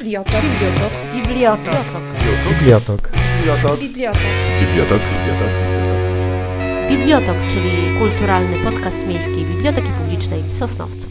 Bibliotok. Bibliotok, czyli kulturalny podcast Miejskiej Biblioteki Publicznej w Sosnowcu.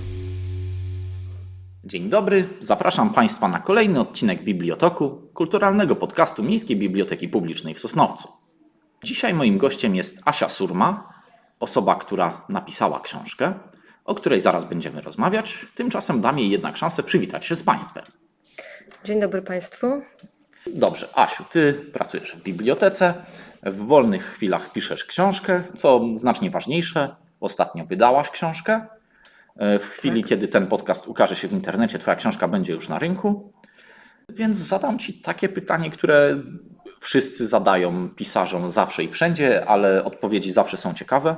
Dzień dobry, zapraszam Państwa na kolejny odcinek Bibliotoku, kulturalnego podcastu Miejskiej Biblioteki Publicznej w Sosnowcu. Dzisiaj moim gościem jest Asia Surma, osoba, która napisała książkę, o której zaraz będziemy rozmawiać. Tymczasem dam jej jednak szansę przywitać się z Państwem. Dzień dobry Państwu. Dobrze, Asiu, Ty pracujesz w bibliotece, w wolnych chwilach piszesz książkę, co znacznie ważniejsze, ostatnio wydałaś książkę. W chwili, kiedy ten podcast ukaże się w internecie, Twoja książka będzie już na rynku. Więc zadam Ci takie pytanie, które wszyscy zadają pisarzom zawsze i wszędzie, ale odpowiedzi zawsze są ciekawe.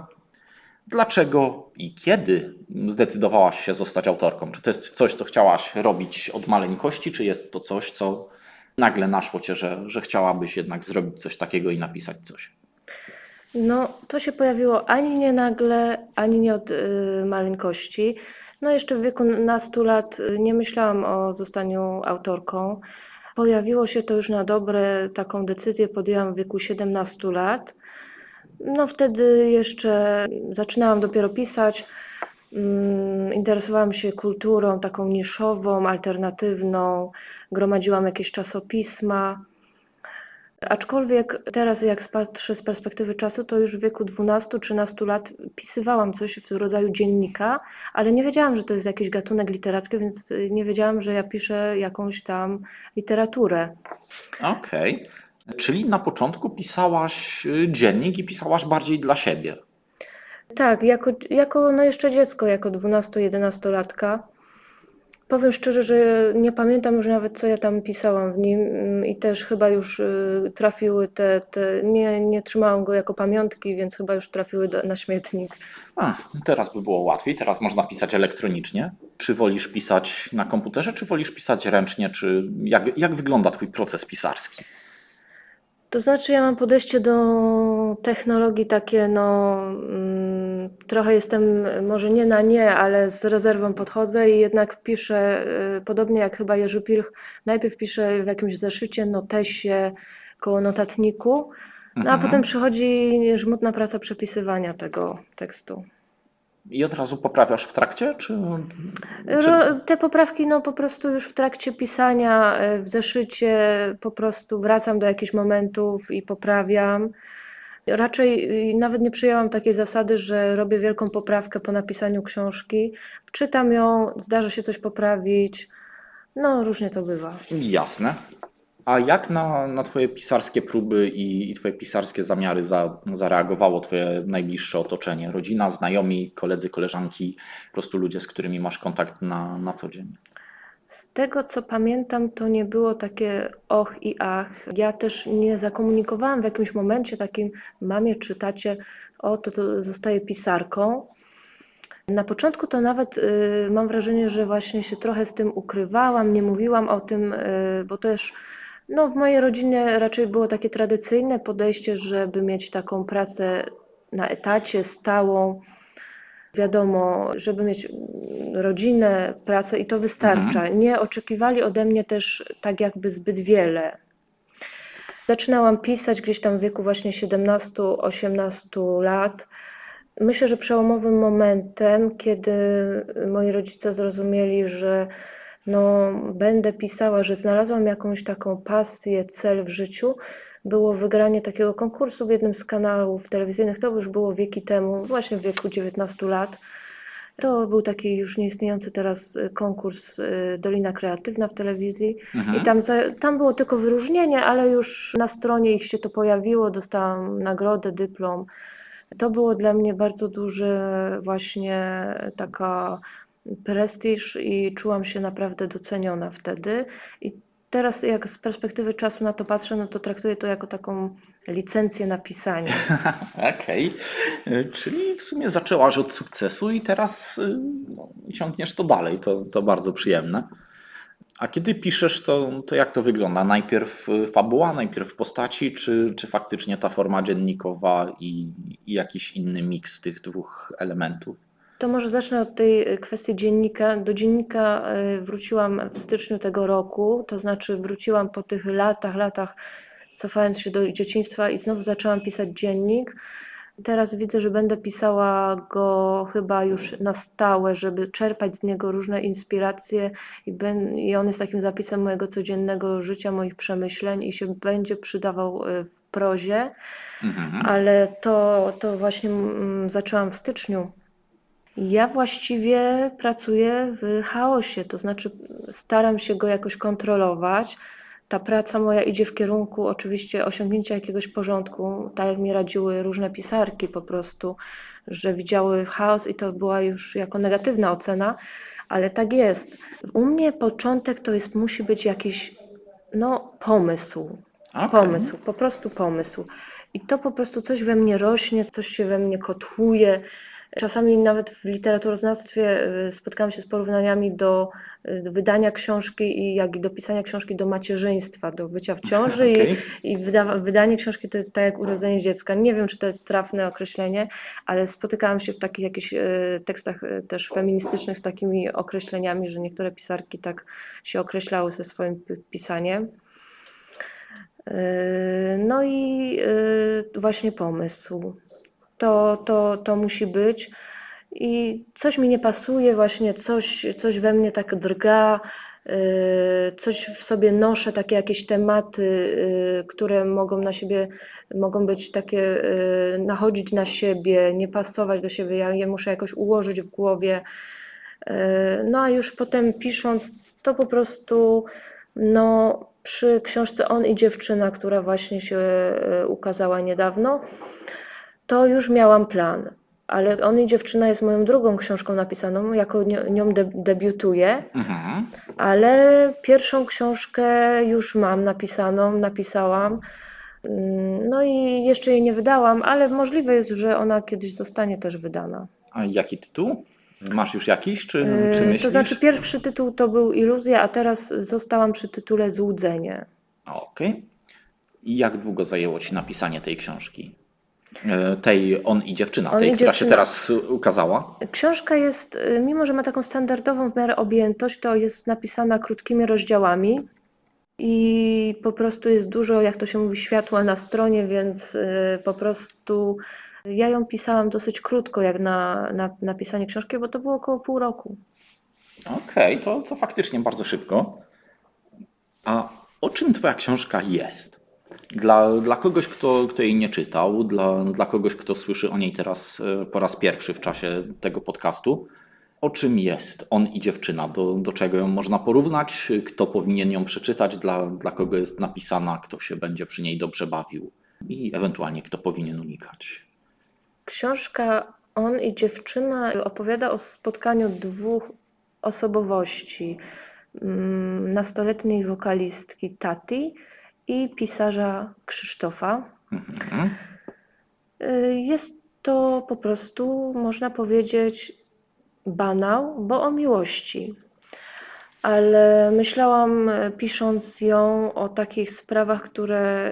Dlaczego i kiedy zdecydowałaś się zostać autorką? Czy to jest coś, co chciałaś robić od maleńkości, czy jest to coś, co nagle naszło Cię, że chciałabyś jednak zrobić coś takiego i napisać coś? No, to się pojawiło ani nie nagle, ani nie od maleńkości. No, jeszcze w wieku nastu lat nie myślałam o zostaniu autorką. Pojawiło się to już na dobre, taką decyzję podjęłam w wieku 17 lat. No, wtedy jeszcze zaczynałam dopiero pisać. Interesowałam się kulturą taką niszową, alternatywną. Gromadziłam jakieś czasopisma. Aczkolwiek teraz jak patrzę z perspektywy czasu, to już w wieku 12-13 lat pisywałam coś w rodzaju dziennika, ale nie wiedziałam, że to jest jakiś gatunek literacki, więc nie wiedziałam, że ja piszę jakąś tam literaturę. Okej. Czyli na początku pisałaś dziennik i pisałaś bardziej dla siebie. Tak, jako no jeszcze dziecko, jako 12-11-latka. Powiem szczerze, że nie pamiętam już nawet, co ja tam pisałam w nim i też chyba już trafiły nie trzymałam go jako pamiątki, więc chyba już trafiły na śmietnik. Teraz by było łatwiej, teraz można pisać elektronicznie. Czy wolisz pisać na komputerze, czy wolisz pisać ręcznie, czy jak wygląda Twój proces pisarski? To znaczy ja mam podejście do technologii takie, trochę jestem, może nie na nie, ale z rezerwą podchodzę i jednak piszę, podobnie jak chyba Jerzy Pilch, najpierw piszę w jakimś zeszycie, notesie, koło notatniku, a potem przychodzi żmudna praca przepisywania tego tekstu. I od razu poprawiasz w trakcie, czy... Te poprawki po prostu już w trakcie pisania w zeszycie po prostu wracam do jakichś momentów i poprawiam. Raczej nawet nie przyjęłam takiej zasady, że robię wielką poprawkę po napisaniu książki. Czytam ją, zdarza się coś poprawić. Różnie to bywa. Jasne. A jak na Twoje pisarskie próby i Twoje pisarskie zamiary zareagowało Twoje najbliższe otoczenie? Rodzina, znajomi, koledzy, koleżanki, po prostu ludzie, z którymi masz kontakt na co dzień? Z tego co pamiętam, to nie było takie och i ach. Ja też nie zakomunikowałam w jakimś momencie takim mamie czy tacie, to zostaję pisarką. Na początku to nawet mam wrażenie, że właśnie się trochę z tym ukrywałam, nie mówiłam o tym, bo też w mojej rodzinie raczej było takie tradycyjne podejście, żeby mieć taką pracę na etacie, stałą. Wiadomo, żeby mieć rodzinę, pracę i to wystarcza. Nie oczekiwali ode mnie też tak jakby zbyt wiele. Zaczynałam pisać gdzieś tam w wieku właśnie 17-18 lat. Myślę, że przełomowym momentem, kiedy moi rodzice zrozumieli, że będę pisała, że znalazłam jakąś taką pasję, cel w życiu, było wygranie takiego konkursu w jednym z kanałów telewizyjnych. To już było wieki temu, właśnie w wieku 19 lat. To był taki już nieistniejący teraz konkurs Dolina Kreatywna w telewizji. I tam było tylko wyróżnienie, ale już na stronie ich się to pojawiło, dostałam nagrodę, dyplom. To było dla mnie bardzo duży właśnie taka prestiż i czułam się naprawdę doceniona wtedy. I teraz jak z perspektywy czasu na to patrzę, to traktuję to jako taką licencję na pisanie. Okej. Czyli w sumie zaczęłaś od sukcesu i teraz ciągniesz to dalej. To bardzo przyjemne. A kiedy piszesz, to jak to wygląda? Najpierw fabuła, najpierw postaci, czy faktycznie ta forma dziennikowa i jakiś inny miks tych dwóch elementów? To może zacznę od tej kwestii dziennika. Do dziennika wróciłam w styczniu tego roku, to znaczy wróciłam po tych latach, cofając się do dzieciństwa i znowu zaczęłam pisać dziennik. Teraz widzę, że będę pisała go chyba już na stałe, żeby czerpać z niego różne inspiracje i on jest takim zapisem mojego codziennego życia, moich przemyśleń i się będzie przydawał w prozie, ale to właśnie zaczęłam w styczniu. Ja właściwie pracuję w chaosie, to znaczy staram się go jakoś kontrolować. Ta praca moja idzie w kierunku oczywiście osiągnięcia jakiegoś porządku, tak jak mi radziły różne pisarki po prostu, że widziały chaos i to była już jako negatywna ocena, ale tak jest. U mnie początek to musi być jakiś pomysł. Okay. Pomysł, po prostu pomysł. I to po prostu coś we mnie rośnie, coś się we mnie kotłuje. Czasami nawet w literaturoznawstwie spotkałam się z porównaniami do wydania książki jak i do pisania książki do macierzyństwa, do bycia w ciąży i wydanie książki to jest tak jak urodzenie dziecka. Nie wiem, czy to jest trafne określenie, ale spotykałam się w takich jakichś tekstach też feministycznych z takimi określeniami, że niektóre pisarki tak się określały ze swoim pisaniem. No i właśnie pomysł. To musi być i coś mi nie pasuje, właśnie coś we mnie tak drga, coś w sobie noszę, takie jakieś tematy, które mogą być takie, nachodzić na siebie, nie pasować do siebie, ja je muszę jakoś ułożyć w głowie. No a już potem pisząc, to po prostu przy książce On i dziewczyna, która właśnie się ukazała niedawno, to już miałam plan, ale On i dziewczyna jest moją drugą książką napisaną, jako nią debiutuję, ale pierwszą książkę już mam napisałam, no i jeszcze jej nie wydałam, ale możliwe jest, że ona kiedyś zostanie też wydana. A jaki tytuł? Masz już jakiś, czy myślisz? To znaczy pierwszy tytuł to był Iluzja, a teraz zostałam przy tytule Złudzenie. Okej. I jak długo zajęło Ci napisanie tej książki? Tej On i dziewczyna, która się teraz ukazała? Książka jest, mimo że ma taką standardową w miarę objętość, to jest napisana krótkimi rozdziałami i po prostu jest dużo, jak to się mówi, światła na stronie, więc po prostu ja ją pisałam dosyć krótko jak na napisanie książki, bo to było około pół roku. Okej, to faktycznie bardzo szybko. A o czym Twoja książka jest? Dla kogoś, kto jej nie czytał, dla kogoś, kto słyszy o niej teraz po raz pierwszy w czasie tego podcastu, o czym jest On i dziewczyna? Do czego ją można porównać? Kto powinien ją przeczytać? Dla kogo jest napisana? Kto się będzie przy niej dobrze bawił? I ewentualnie kto powinien unikać? Książka On i dziewczyna opowiada o spotkaniu dwóch osobowości. Nastoletniej wokalistki Tati i pisarza Krzysztofa. Jest to po prostu, można powiedzieć, banał, bo o miłości. Ale myślałam, pisząc ją, o takich sprawach, które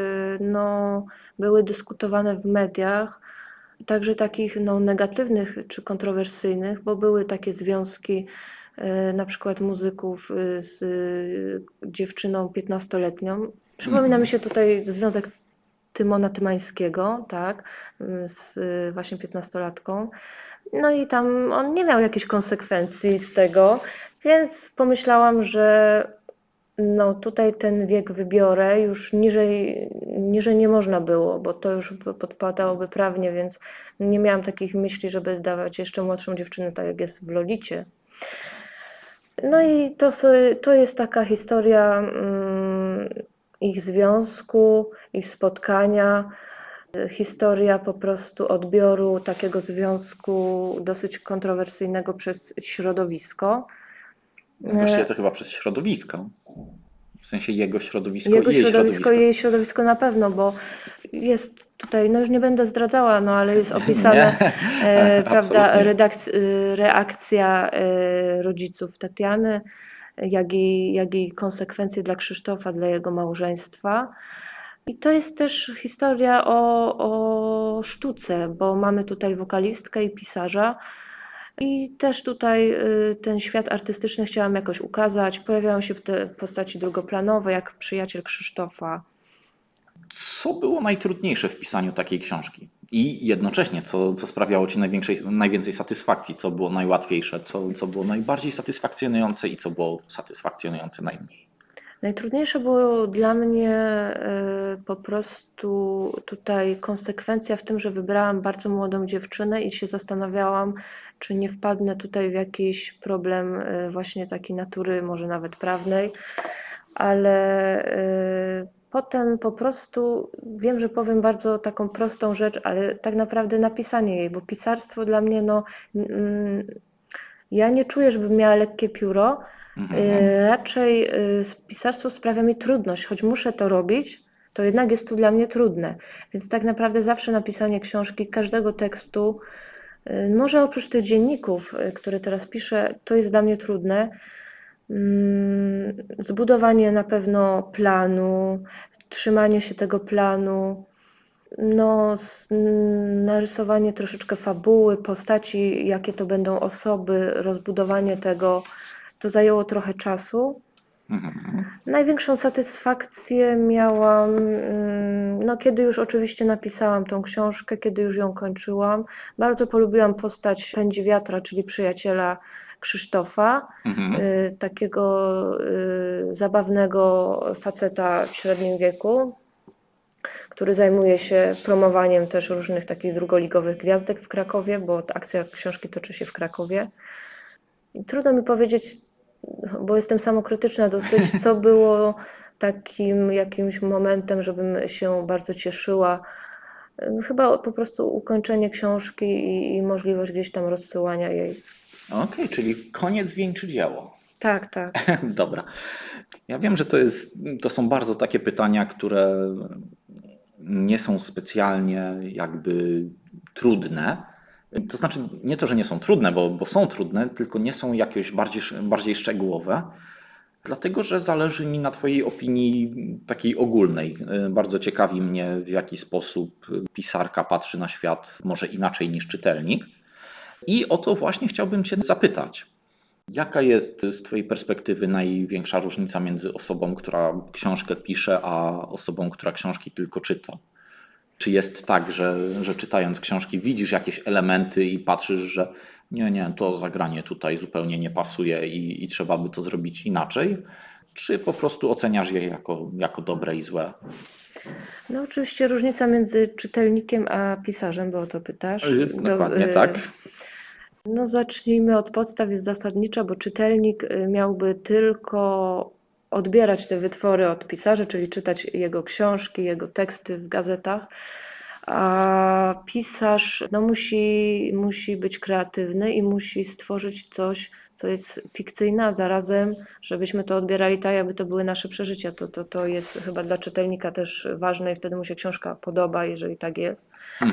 były dyskutowane w mediach, także takich negatywnych czy kontrowersyjnych, bo były takie związki na przykład muzyków z dziewczyną 15-letnią. Przypomina mi się tutaj związek Tymona Tymańskiego, tak, z właśnie 15-latką. No i tam on nie miał jakichś konsekwencji z tego, więc pomyślałam, że tutaj ten wiek wybiorę, już niżej nie można było, bo to już podpadałoby prawnie, więc nie miałam takich myśli, żeby dawać jeszcze młodszą dziewczynę, tak jak jest w Lolicie. No i to jest taka historia ich związku, ich spotkania, historia po prostu odbioru takiego związku dosyć kontrowersyjnego przez środowisko. Właściwie to chyba przez środowisko. W sensie jego środowisko i jej środowisko na pewno, bo jest tutaj, już nie będę zdradzała, ale jest opisana prawda, reakcja rodziców Tatiany, jak i konsekwencje dla Krzysztofa, dla jego małżeństwa. I to jest też historia o sztuce, bo mamy tutaj wokalistkę i pisarza, I też tutaj ten świat artystyczny chciałam jakoś ukazać. Pojawiają się te postaci drugoplanowe, jak przyjaciel Krzysztofa. Co było najtrudniejsze w pisaniu takiej książki? I jednocześnie, co sprawiało Ci najwięcej satysfakcji? Co było najłatwiejsze? Co było najbardziej satysfakcjonujące i co było satysfakcjonujące najmniej? Najtrudniejsze było dla mnie po prostu tutaj konsekwencja w tym, że wybrałam bardzo młodą dziewczynę i się zastanawiałam, czy nie wpadnę tutaj w jakiś problem właśnie takiej natury, może nawet prawnej, ale potem po prostu wiem, że powiem bardzo taką prostą rzecz, ale tak naprawdę napisanie jej, bo pisarstwo dla mnie, ja nie czuję, żebym miała lekkie pióro. Raczej pisarstwo sprawia mi trudność, choć muszę to robić, to jednak jest to dla mnie trudne. Więc tak naprawdę zawsze napisanie książki, każdego tekstu, może oprócz tych dzienników, które teraz piszę, to jest dla mnie trudne. Zbudowanie na pewno planu, trzymanie się tego planu, narysowanie troszeczkę fabuły, postaci, jakie to będą osoby, rozbudowanie tego, to zajęło trochę czasu. Największą satysfakcję miałam, kiedy już oczywiście napisałam tą książkę, kiedy już ją kończyłam. Bardzo polubiłam postać Pędzi Wiatra, czyli przyjaciela Krzysztofa, takiego zabawnego faceta w średnim wieku, który zajmuje się promowaniem też różnych takich drugoligowych gwiazdek w Krakowie, bo ta akcja książki toczy się w Krakowie. I trudno mi powiedzieć, bo jestem samokrytyczna dosyć, co było takim jakimś momentem, żebym się bardzo cieszyła. Chyba po prostu ukończenie książki i możliwość gdzieś tam rozsyłania jej. Okej, czyli koniec wieńczy dzieło. Tak. Dobra. Ja wiem, że to są bardzo takie pytania, które nie są specjalnie jakby trudne. To znaczy nie to, że nie są trudne, bo są trudne, tylko nie są jakieś bardziej szczegółowe. Dlatego, że zależy mi na Twojej opinii takiej ogólnej. Bardzo ciekawi mnie, w jaki sposób pisarka patrzy na świat może inaczej niż czytelnik. I o to właśnie chciałbym Cię zapytać. Jaka jest z Twojej perspektywy największa różnica między osobą, która książkę pisze, a osobą, która książki tylko czyta? Czy jest tak, że czytając książki widzisz jakieś elementy i patrzysz, że nie, to zagranie tutaj zupełnie nie pasuje i trzeba by to zrobić inaczej? Czy po prostu oceniasz je jako dobre i złe? Oczywiście różnica między czytelnikiem a pisarzem, bo o to pytasz. Dokładnie tak. Zacznijmy od podstaw, jest zasadnicza, bo czytelnik miałby tylko odbierać te wytwory od pisarza, czyli czytać jego książki, jego teksty w gazetach, a pisarz musi być kreatywny i musi stworzyć coś, co jest fikcyjne, a zarazem, żebyśmy to odbierali tak, jakby to były nasze przeżycia. To jest chyba dla czytelnika też ważne i wtedy mu się książka podoba, jeżeli tak jest.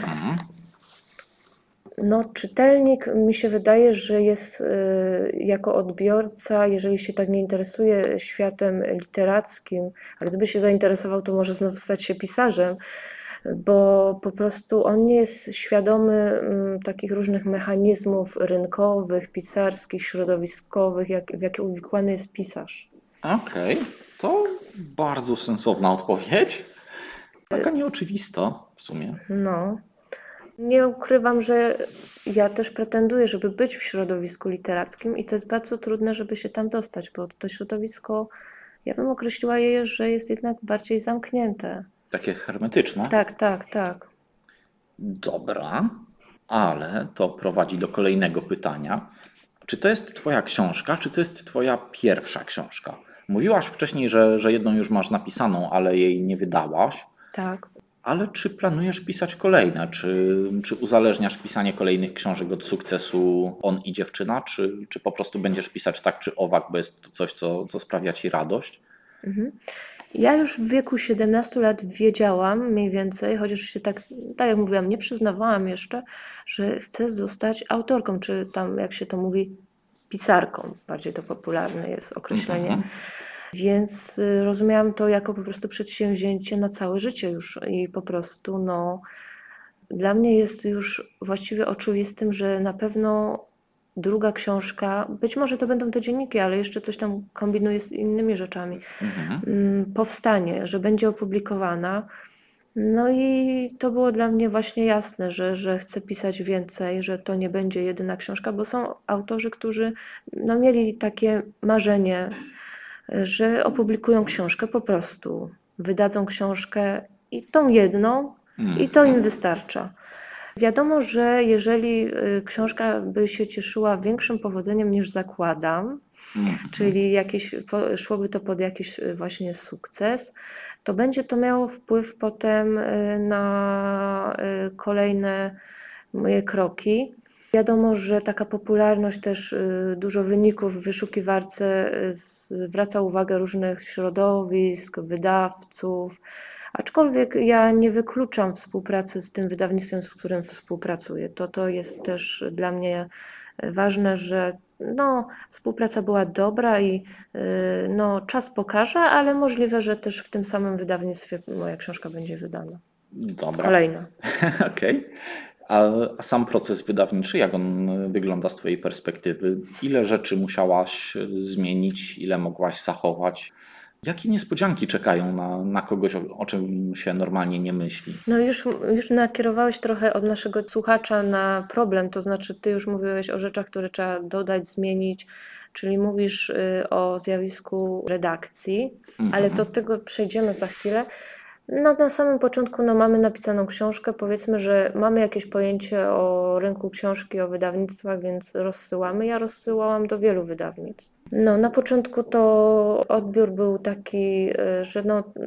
Czytelnik mi się wydaje, że jest jako odbiorca, jeżeli się tak nie interesuje światem literackim, a gdyby się zainteresował, to może znów stać się pisarzem, bo po prostu on nie jest świadomy takich różnych mechanizmów rynkowych, pisarskich, środowiskowych, w jakie uwikłany jest pisarz. Okej, to bardzo sensowna odpowiedź. Taka nieoczywista w sumie. Nie ukrywam, że ja też pretenduję, żeby być w środowisku literackim i to jest bardzo trudne, żeby się tam dostać, bo to środowisko, ja bym określiła je, że jest jednak bardziej zamknięte. Takie hermetyczne? Tak. Dobra, ale to prowadzi do kolejnego pytania. Czy to jest Twoja książka, czy to jest Twoja pierwsza książka? Mówiłaś wcześniej, że jedną już masz napisaną, ale jej nie wydałaś. Tak. Ale czy planujesz pisać kolejne? Czy uzależniasz pisanie kolejnych książek od sukcesu On i dziewczyna? Czy po prostu będziesz pisać tak czy owak, bo jest to coś, co sprawia Ci radość? Ja już w wieku 17 lat wiedziałam mniej więcej, chociaż się tak jak mówiłam, nie przyznawałam jeszcze, że chcę zostać autorką, czy tam, jak się to mówi, pisarką. Bardziej to popularne jest określenie. Więc rozumiałam to jako po prostu przedsięwzięcie na całe życie już i po prostu dla mnie jest już właściwie oczywistym, że na pewno druga książka, być może to będą te dzienniki, ale jeszcze coś tam kombinuję z innymi rzeczami, powstanie, że będzie opublikowana. No i to było dla mnie właśnie jasne, że chcę pisać więcej, że to nie będzie jedyna książka, bo są autorzy, którzy no, mieli takie marzenie, że opublikują książkę po prostu. Wydadzą książkę i tą jedną i to im wystarcza. Wiadomo, że jeżeli książka by się cieszyła większym powodzeniem niż zakładam, czyli szłoby to pod jakiś właśnie sukces, to będzie to miało wpływ potem na kolejne moje kroki. Wiadomo, że taka popularność też dużo wyników w wyszukiwarce zwraca uwagę różnych środowisk, wydawców, aczkolwiek ja nie wykluczam współpracy z tym wydawnictwem, z którym współpracuję. To jest też dla mnie ważne, że no, współpraca była dobra i no, czas pokaże, ale możliwe, że też w tym samym wydawnictwie moja książka będzie wydana. Dobra. Kolejna. Okej. A sam proces wydawniczy, jak on wygląda z Twojej perspektywy? Ile rzeczy musiałaś zmienić, ile mogłaś zachować? Jakie niespodzianki czekają na kogoś, o czym się normalnie nie myśli? No już nakierowałeś trochę od naszego słuchacza na problem, to znaczy ty już mówiłeś o rzeczach, które trzeba dodać, zmienić, czyli mówisz o zjawisku redakcji, ale do tego przejdziemy za chwilę. No, na samym początku mamy napisaną książkę, powiedzmy, że mamy jakieś pojęcie o rynku książki, o wydawnictwach, więc rozsyłamy. Ja rozsyłałam do wielu wydawnictw. No, na początku to odbiór był taki, że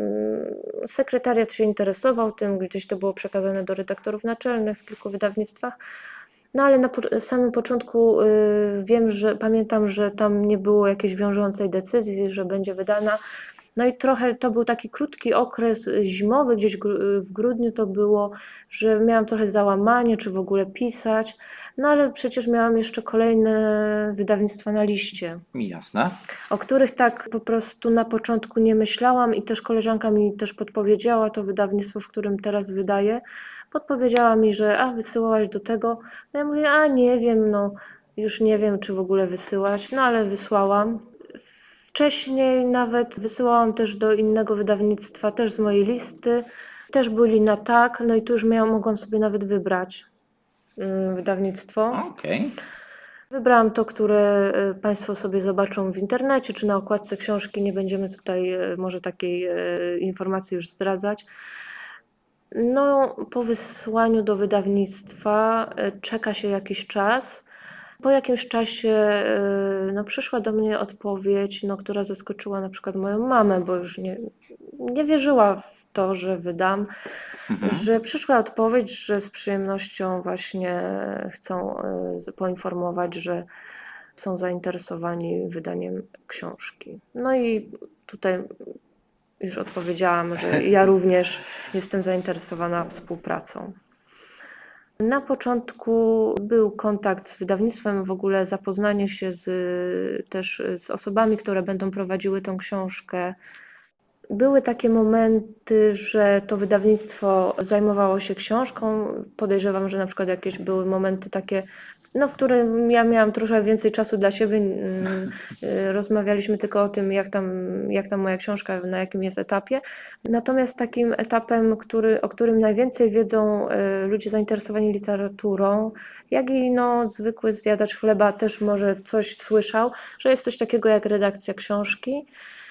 sekretariat się interesował tym, gdzieś to było przekazane do redaktorów naczelnych w kilku wydawnictwach. No ale na samym początku pamiętam, że tam nie było jakiejś wiążącej decyzji, że będzie wydana. No i trochę to był taki krótki okres zimowy, gdzieś w grudniu to było, że miałam trochę załamanie, czy w ogóle pisać, no ale przecież miałam jeszcze kolejne wydawnictwa na liście. Jasne. O których tak po prostu na początku nie myślałam i też koleżanka mi też podpowiedziała, to wydawnictwo, w którym teraz wydaję, podpowiedziała mi, że wysyłałaś do tego, no ja mówię, nie wiem, już nie wiem, czy w ogóle wysyłać, no ale wysłałam. Wcześniej nawet wysyłałam też do innego wydawnictwa, też z mojej listy, też byli na tak, no i tu już mogłam sobie nawet wybrać wydawnictwo. Okej. Wybrałam to, które Państwo sobie zobaczą w internecie, czy na okładce książki, nie będziemy tutaj może takiej informacji już zdradzać. No, po wysłaniu do wydawnictwa czeka się jakiś czas. Po jakimś czasie przyszła do mnie odpowiedź, która zaskoczyła na przykład moją mamę, bo już nie wierzyła w to, że wydam, że przyszła odpowiedź, że z przyjemnością właśnie chcą poinformować, że są zainteresowani wydaniem książki. No i tutaj już odpowiedziałam, że ja również jestem zainteresowana współpracą. Na początku był kontakt z wydawnictwem, w ogóle zapoznanie się też z osobami, które będą prowadziły tą książkę. Były takie momenty, że to wydawnictwo zajmowało się książką. Podejrzewam, że na przykład jakieś były momenty takie, w którym ja miałam trochę więcej czasu dla siebie. Rozmawialiśmy tylko o tym, jak tam moja książka, na jakim jest etapie. Natomiast takim etapem, o którym najwięcej wiedzą ludzie zainteresowani literaturą, jak i zwykły zjadacz chleba też może coś słyszał, że jest coś takiego jak redakcja książki.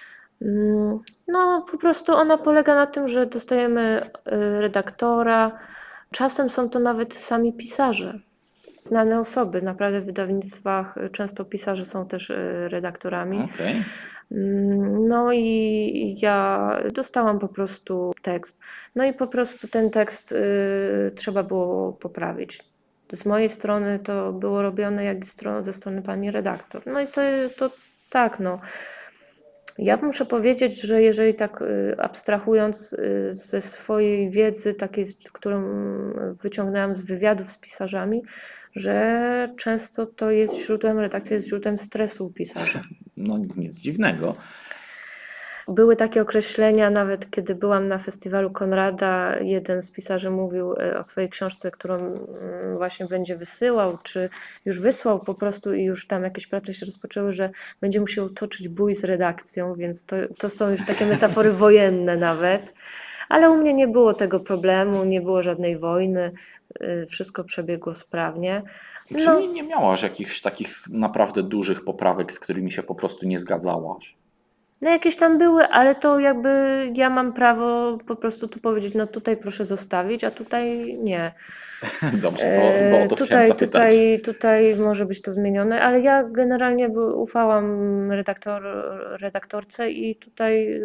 Po prostu ona polega na tym, że dostajemy redaktora. Czasem są to nawet sami pisarze, znane osoby. Naprawdę w wydawnictwach często pisarze są też redaktorami. Okej. No i ja dostałam po prostu tekst. No i po prostu ten tekst trzeba było poprawić. Z mojej strony to było robione, jak i ze strony pani redaktor. No i to tak, Ja muszę powiedzieć, że jeżeli tak abstrahując ze swojej wiedzy, takiej, którą wyciągnęłam z wywiadów z pisarzami, że często to jest redakcja jest źródłem stresu u pisarzy. Nic dziwnego. Były takie określenia, nawet kiedy byłam na festiwalu Konrada, jeden z pisarzy mówił o swojej książce, którą właśnie będzie wysyłał, czy już wysłał po prostu i już tam jakieś prace się rozpoczęły, że będzie musiał toczyć bój z redakcją, więc to są już takie metafory wojenne nawet. Ale u mnie nie było tego problemu, nie było żadnej wojny, wszystko przebiegło sprawnie. Czyli nie miałaś jakichś takich naprawdę dużych poprawek, z którymi się po prostu nie zgadzałaś? No jakieś tam były, ale to jakby ja mam prawo po prostu tu powiedzieć, no tutaj proszę zostawić, a tutaj nie. Dobrze, bo o to chciałem zapytać. Tutaj może być to zmienione, ale ja generalnie ufałam redaktorce i tutaj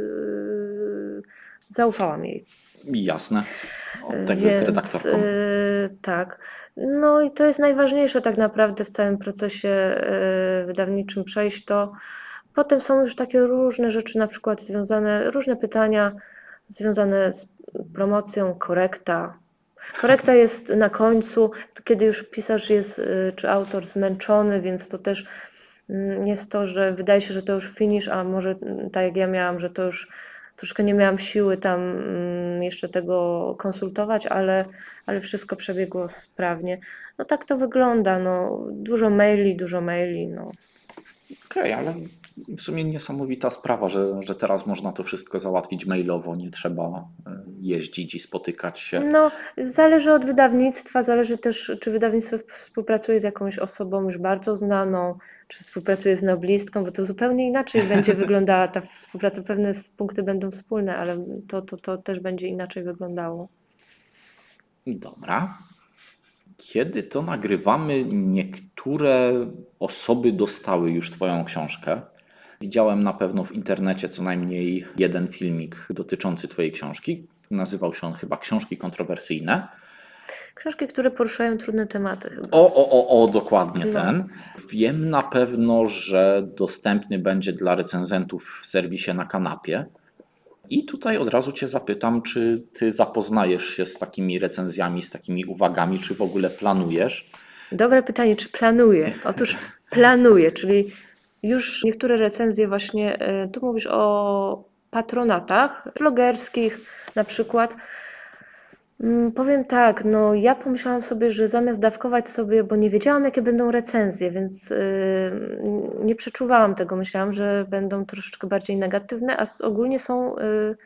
zaufałam jej. Jasne. Od tego jest redaktorką. Tak. No i to jest najważniejsze tak naprawdę w całym procesie wydawniczym przejść to. Potem są już takie różne rzeczy, na przykład różne pytania związane z promocją, korekta. Korekta jest na końcu, kiedy już pisarz jest, czy autor zmęczony, więc to też jest to, że wydaje się, że to już finish, a może tak jak ja miałam, że to już troszkę nie miałam siły tam jeszcze tego konsultować, ale wszystko przebiegło sprawnie. No tak to wygląda, no dużo maili, no. Okej, ale w sumie niesamowita sprawa, że teraz można to wszystko załatwić mailowo, nie trzeba jeździć i spotykać się. No, zależy od wydawnictwa, zależy też, czy wydawnictwo współpracuje z jakąś osobą już bardzo znaną, czy współpracuje z noblistką, bo to zupełnie inaczej będzie wyglądała ta współpraca. Pewne punkty będą wspólne, ale to też będzie inaczej wyglądało. Dobra. Kiedy to nagrywamy, niektóre osoby dostały już Twoją książkę. Widziałem na pewno w internecie co najmniej jeden filmik dotyczący Twojej książki. Nazywał się on chyba Książki kontrowersyjne. Książki, które poruszają trudne tematy chyba. Dokładnie ten. Wiem na pewno, że dostępny będzie dla recenzentów w serwisie Na Kanapie. I tutaj od razu Cię zapytam, czy Ty zapoznajesz się z takimi recenzjami, z takimi uwagami, czy w ogóle planujesz? Dobre pytanie, czy planuję? Otóż planuję, czyli już niektóre recenzje właśnie, tu mówisz o patronatach blogerskich na przykład. Powiem tak, no ja pomyślałam sobie, że zamiast dawkować sobie, bo nie wiedziałam jakie będą recenzje, więc nie przeczuwałam tego. Myślałam, że będą troszeczkę bardziej negatywne, a ogólnie są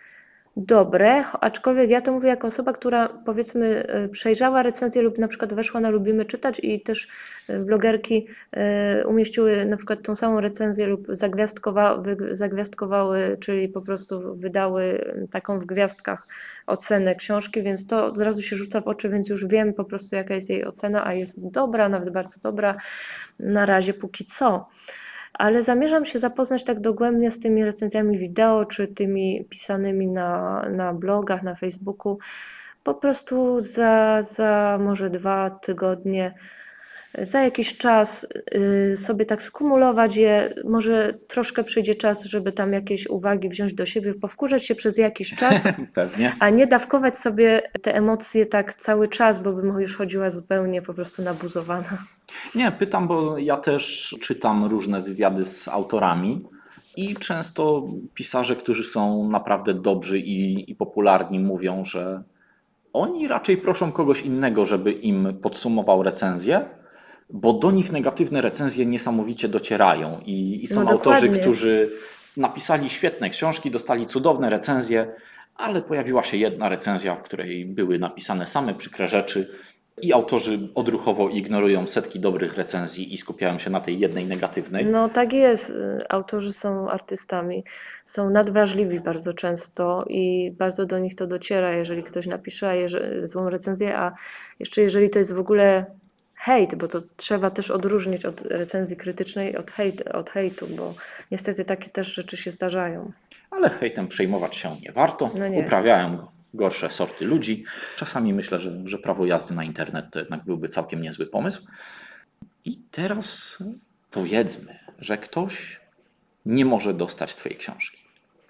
dobre, aczkolwiek ja to mówię jako osoba, która powiedzmy przejrzała recenzję lub na przykład weszła na Lubimy Czytać i też blogerki umieściły na przykład tą samą recenzję lub zagwiazdkowały, czyli po prostu wydały taką w gwiazdkach ocenę książki, więc to od razu się rzuca w oczy, więc już wiem po prostu jaka jest jej ocena, a jest dobra, nawet bardzo dobra na razie póki co. Ale zamierzam się zapoznać tak dogłębnie z tymi recenzjami wideo, czy tymi pisanymi na blogach, na Facebooku. Po prostu za może 2 tygodnie, za jakiś czas sobie tak skumulować je. Może troszkę przyjdzie czas, żeby tam jakieś uwagi wziąć do siebie, powkurzać się przez jakiś czas, Pewnie. a nie dawkować sobie te emocje tak cały czas, bo bym już chodziła zupełnie po prostu nabuzowana. Nie, pytam, bo ja też czytam różne wywiady z autorami i często pisarze, którzy są naprawdę dobrzy i popularni, mówią, że oni raczej proszą kogoś innego, żeby im podsumował recenzję, bo do nich negatywne recenzje niesamowicie docierają i są autorzy, którzy napisali świetne książki, dostali cudowne recenzje, ale pojawiła się jedna recenzja, w której były napisane same przykre rzeczy. I autorzy odruchowo ignorują setki dobrych recenzji i skupiają się na tej jednej negatywnej. No tak jest. Autorzy są artystami. Są nadwrażliwi bardzo często i bardzo do nich to dociera, jeżeli ktoś napisze złą recenzję, a jeszcze jeżeli to jest w ogóle hejt, bo to trzeba też odróżnić od recenzji krytycznej od hejtu, bo niestety takie też rzeczy się zdarzają. Ale hejtem przejmować się nie warto. No nie. Uprawiają go gorsze sorty ludzi. Czasami myślę, że prawo jazdy na internet to jednak byłby całkiem niezły pomysł. I teraz powiedzmy, że ktoś nie może dostać Twojej książki.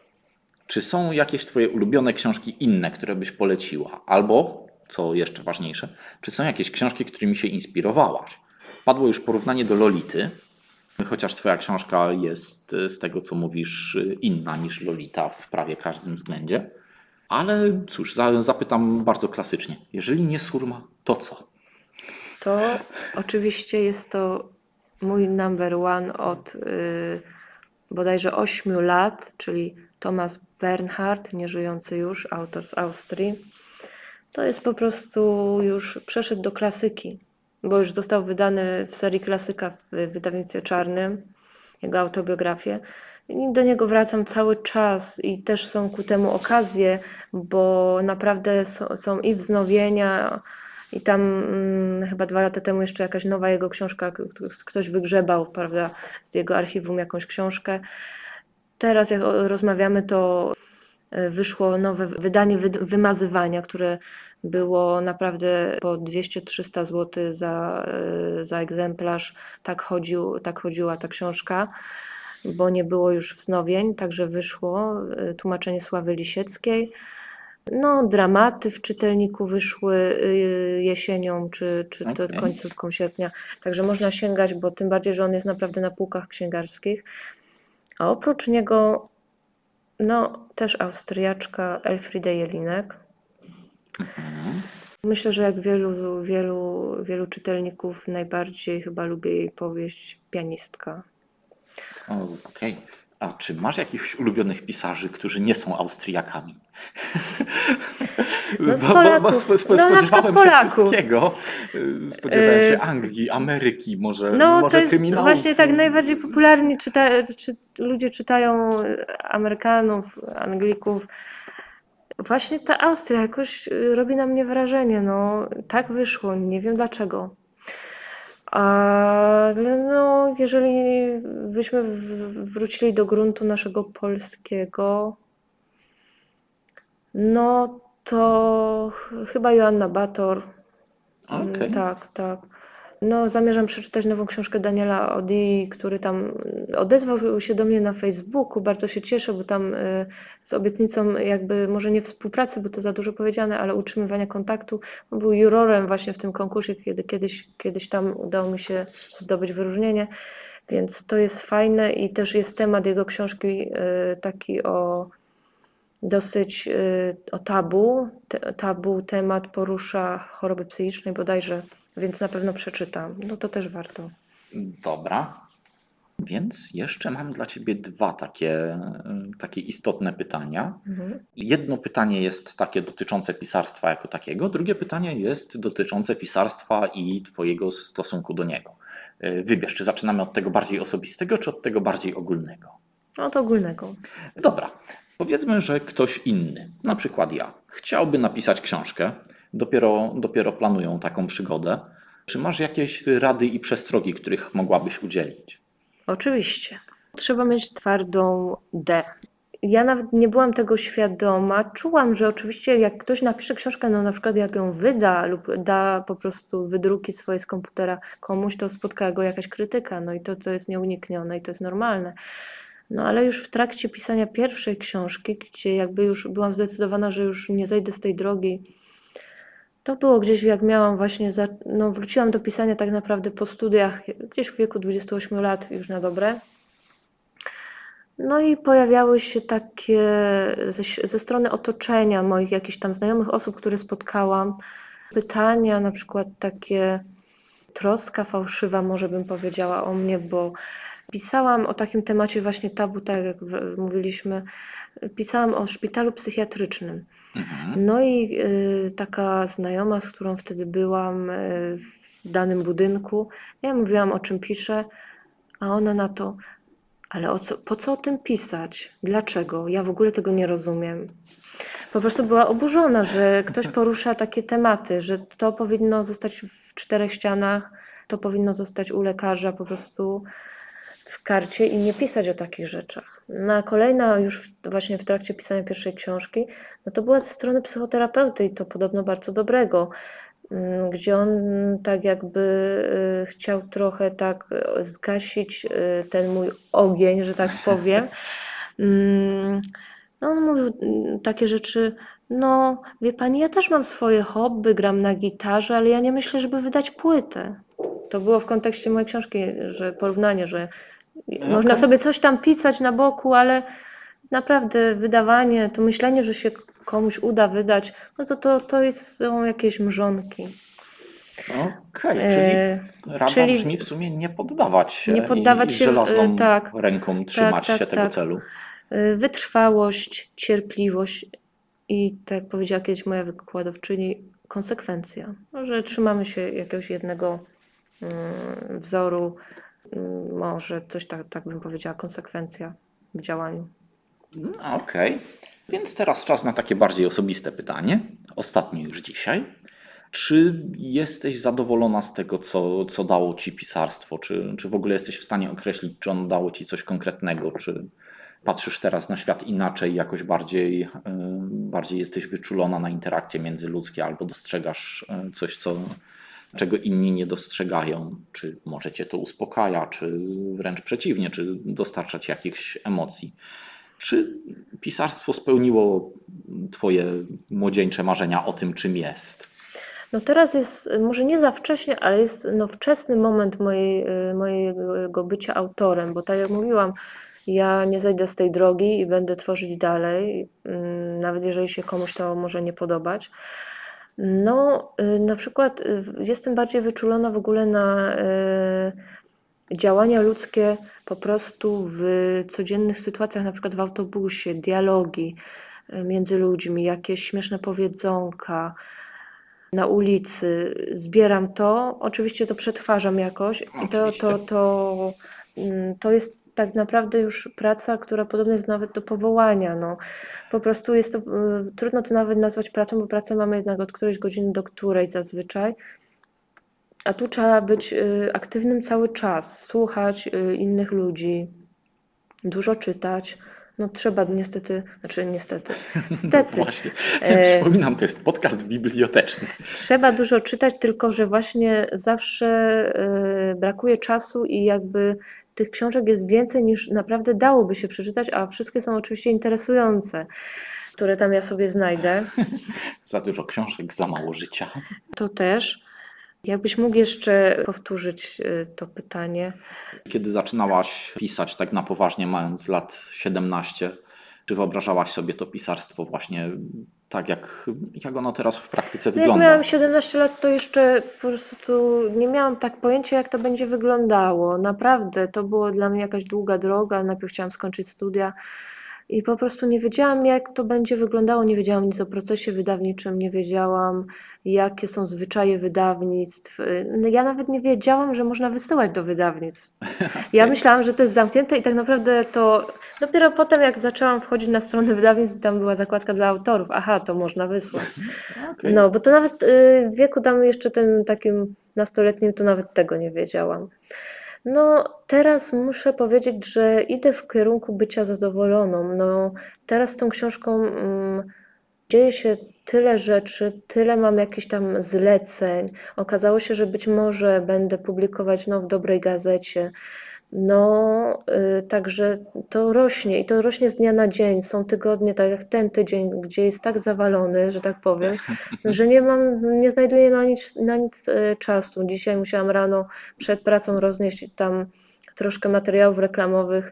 Czy są jakieś Twoje ulubione książki inne, które byś poleciła? Albo, co jeszcze ważniejsze, czy są jakieś książki, którymi się inspirowałaś? Padło już porównanie do Lolity. Chociaż twoja książka jest z tego, co mówisz, inna niż Lolita w prawie każdym względzie. Ale cóż, zapytam bardzo klasycznie. Jeżeli nie Surma, to co? To oczywiście jest to mój number one od bodajże 8 lat, czyli Thomas Bernhard, nieżyjący już, autor z Austrii. To jest po prostu już przeszedł do klasyki, bo już został wydany w serii klasyka w wydawnictwie czarnym, jego autobiografię. I do niego wracam cały czas i też są ku temu okazje, bo naprawdę są i wznowienia, i tam chyba 2 lata temu jeszcze jakaś nowa jego książka, ktoś wygrzebał, prawda, z jego archiwum jakąś książkę. Teraz jak rozmawiamy, to wyszło nowe wydanie Wymazywania, które było naprawdę po 200-300 zł za egzemplarz. Tak chodziła ta książka, bo nie było już wznowień, także wyszło tłumaczenie Sławy Lisieckiej. No, dramaty w czytelniku wyszły jesienią czy to końcówką sierpnia, także można sięgać, bo tym bardziej, że on jest naprawdę na półkach księgarskich. A oprócz niego no, też Austriaczka Elfriede Jelinek. Myślę, że jak wielu czytelników najbardziej chyba lubię jej powieść Pianistka. Okej. A czy masz jakichś ulubionych pisarzy, którzy nie są Austriakami? No z Polaków. Spodziewałem się Polaków. wszystkiego. Spodziewałem się Anglii, Ameryki, może to jest kryminałów. właśnie tak najbardziej popularni ludzie czytają Amerykanów, Anglików. Właśnie ta Austria jakoś robi na mnie wrażenie. No, tak wyszło, nie wiem dlaczego. Ale no, jeżeli byśmy wrócili do gruntu naszego polskiego, no to chyba Joanna Bator. Okay. Tak. No, zamierzam przeczytać nową książkę Daniela Odii, który tam odezwał się do mnie na Facebooku. Bardzo się cieszę, bo tam z obietnicą jakby, może nie współpracy, bo to za dużo powiedziane, ale utrzymywania kontaktu. On był jurorem właśnie w tym konkursie, kiedy kiedyś tam udało mi się zdobyć wyróżnienie, więc to jest fajne i też jest temat jego książki taki dosyć o tabu temat porusza choroby psychicznej bodajże, więc na pewno przeczytam. No to też warto. Dobra. Więc jeszcze mam dla Ciebie 2 takie istotne pytania. Jedno pytanie jest takie dotyczące pisarstwa jako takiego, drugie pytanie jest dotyczące pisarstwa i Twojego stosunku do niego. Wybierz, czy zaczynamy od tego bardziej osobistego, czy od tego bardziej ogólnego? Od ogólnego. Dobra. Powiedzmy, że ktoś inny, na przykład ja, chciałby napisać książkę, dopiero planują taką przygodę. Czy masz jakieś rady i przestrogi, których mogłabyś udzielić? Oczywiście. Trzeba mieć twardą D. Ja nawet nie byłam tego świadoma. Czułam, że oczywiście jak ktoś napisze książkę, no na przykład jak ją wyda lub da po prostu wydruki swoje z komputera komuś, to spotka go jakaś krytyka. No i to jest nieuniknione i to jest normalne. No ale już w trakcie pisania pierwszej książki, gdzie jakby już byłam zdecydowana, że już nie zejdę z tej drogi, to było gdzieś jak miałam właśnie, wróciłam do pisania tak naprawdę po studiach, gdzieś w wieku 28 lat już na dobre. No i pojawiały się takie ze strony otoczenia moich jakichś tam znajomych osób, które spotkałam, pytania, na przykład takie troska fałszywa, może bym powiedziała o mnie, bo pisałam o takim temacie właśnie tabu, tak jak mówiliśmy, pisałam o szpitalu psychiatrycznym. No i taka znajoma, z którą wtedy byłam w danym budynku, ja mówiłam, o czym piszę, a ona na to, ale po co o tym pisać? Dlaczego? Ja w ogóle tego nie rozumiem. Po prostu była oburzona, że ktoś porusza takie tematy, że to powinno zostać w 4 ścianach, to powinno zostać u lekarza po prostu w karcie i nie pisać o takich rzeczach. No a kolejna już właśnie w trakcie pisania pierwszej książki, no to była ze strony psychoterapeuty i to podobno bardzo dobrego, gdzie on tak jakby chciał trochę tak zgasić ten mój ogień, że tak powiem. No on mówił takie rzeczy, no wie pani, ja też mam swoje hobby, gram na gitarze, ale ja nie myślę, żeby wydać płytę. To było w kontekście mojej książki, że porównanie, że można sobie coś tam pisać na boku, ale naprawdę wydawanie, to myślenie, że się komuś uda wydać, no to są jakieś mrzonki. Okej, czyli rada brzmi w sumie nie poddawać się i żelazną ręką trzymać się tego celu. Wytrwałość, cierpliwość i tak jak powiedziała kiedyś moja wykładowczyni, konsekwencja. Że trzymamy się jakiegoś jednego wzoru, może coś tak bym powiedziała, konsekwencja w działaniu. Okej, więc teraz czas na takie bardziej osobiste pytanie, ostatnie już dzisiaj. Czy jesteś zadowolona z tego, co dało Ci pisarstwo? Czy w ogóle jesteś w stanie określić, czy ono dało Ci coś konkretnego? Czy patrzysz teraz na świat inaczej, jakoś bardziej jesteś wyczulona na interakcje międzyludzkie albo dostrzegasz coś, czego inni nie dostrzegają? Czy może Cię to uspokaja, czy wręcz przeciwnie, czy dostarcza Ci jakichś emocji? Czy pisarstwo spełniło Twoje młodzieńcze marzenia o tym, czym jest? No teraz jest, może nie za wcześnie, ale jest wczesny moment mojego bycia autorem, bo tak jak mówiłam, ja nie zejdę z tej drogi i będę tworzyć dalej, nawet jeżeli się komuś to może nie podobać. No, na przykład jestem bardziej wyczulona w ogóle na działania ludzkie po prostu w codziennych sytuacjach, na przykład w autobusie, dialogi między ludźmi, jakieś śmieszne powiedzonka na ulicy. Zbieram to, oczywiście to przetwarzam jakoś i to jest tak naprawdę już praca, która podobna jest nawet do powołania. No. Po prostu jest to, trudno to nawet nazwać pracą, bo pracę mamy jednak od którejś godziny do której zazwyczaj. A tu trzeba być aktywnym cały czas, słuchać innych ludzi, dużo czytać. No trzeba niestety. No właśnie, przypominam, to jest podcast biblioteczny. Trzeba dużo czytać, tylko że właśnie zawsze brakuje czasu i jakby tych książek jest więcej niż naprawdę dałoby się przeczytać, a wszystkie są oczywiście interesujące, które tam ja sobie znajdę. Za dużo książek, za mało życia. To też. Jakbyś mógł jeszcze powtórzyć to pytanie? Kiedy zaczynałaś pisać tak na poważnie, mając lat 17, czy wyobrażałaś sobie to pisarstwo właśnie tak, jak ono teraz w praktyce wygląda? Jak miałam 17 lat, to jeszcze po prostu nie miałam tak pojęcia, jak to będzie wyglądało. Naprawdę, to było dla mnie jakaś długa droga. Najpierw chciałam skończyć studia i po prostu nie wiedziałam, jak to będzie wyglądało. Nie wiedziałam nic o procesie wydawniczym, nie wiedziałam, jakie są zwyczaje wydawnictw. Ja nawet nie wiedziałam, że można wysyłać do wydawnictw. Ja myślałam, że to jest zamknięte i tak naprawdę to dopiero potem, jak zaczęłam wchodzić na stronę wydawnictw, tam była zakładka dla autorów. Aha, to można wysłać. Okay. No, bo to nawet w wieku tam jeszcze tym takim nastoletnim, to nawet tego nie wiedziałam. No, teraz muszę powiedzieć, że idę w kierunku bycia zadowoloną. No, teraz z tą książką dzieje się tyle rzeczy, tyle mam jakichś tam zleceń. Okazało się, że być może będę publikować w dobrej gazecie. No, także to rośnie i to rośnie z dnia na dzień. Są tygodnie, tak jak ten tydzień, gdzie jest tak zawalony, że tak powiem, że nie znajduję na nic czasu. Dzisiaj musiałam rano przed pracą roznieść tam troszkę materiałów reklamowych,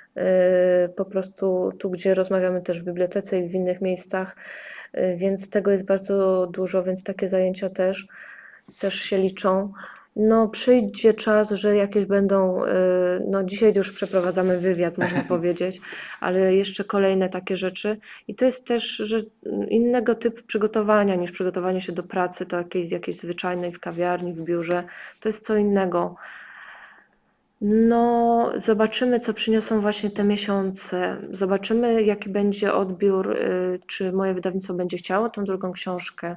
po prostu tu, gdzie rozmawiamy też w bibliotece i w innych miejscach, więc tego jest bardzo dużo, więc takie zajęcia też się liczą. No, przyjdzie czas, że jakieś będą, no dzisiaj już przeprowadzamy wywiad, można powiedzieć, ale jeszcze kolejne takie rzeczy. I to jest też że innego typu przygotowania niż przygotowanie się do pracy jakiejś zwyczajnej w kawiarni, w biurze. To jest co innego. No, zobaczymy, co przyniosą właśnie te miesiące. Zobaczymy, jaki będzie odbiór, czy moje wydawnictwo będzie chciało tą drugą książkę.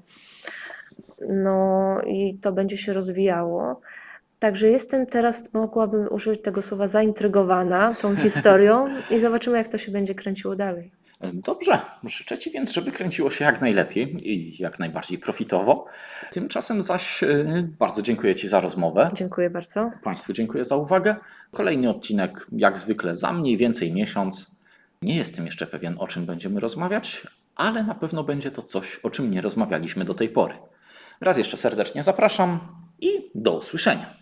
No i to będzie się rozwijało. Także jestem teraz, mogłabym użyć tego słowa, zaintrygowana tą historią i zobaczymy, jak to się będzie kręciło dalej. Dobrze, życzę Ci więc, żeby kręciło się jak najlepiej i jak najbardziej profitowo. Tymczasem zaś bardzo dziękuję Ci za rozmowę. Dziękuję bardzo. Państwu dziękuję za uwagę. Kolejny odcinek jak zwykle za mniej więcej miesiąc. Nie jestem jeszcze pewien, o czym będziemy rozmawiać, ale na pewno będzie to coś, o czym nie rozmawialiśmy do tej pory. Raz jeszcze serdecznie zapraszam i do usłyszenia.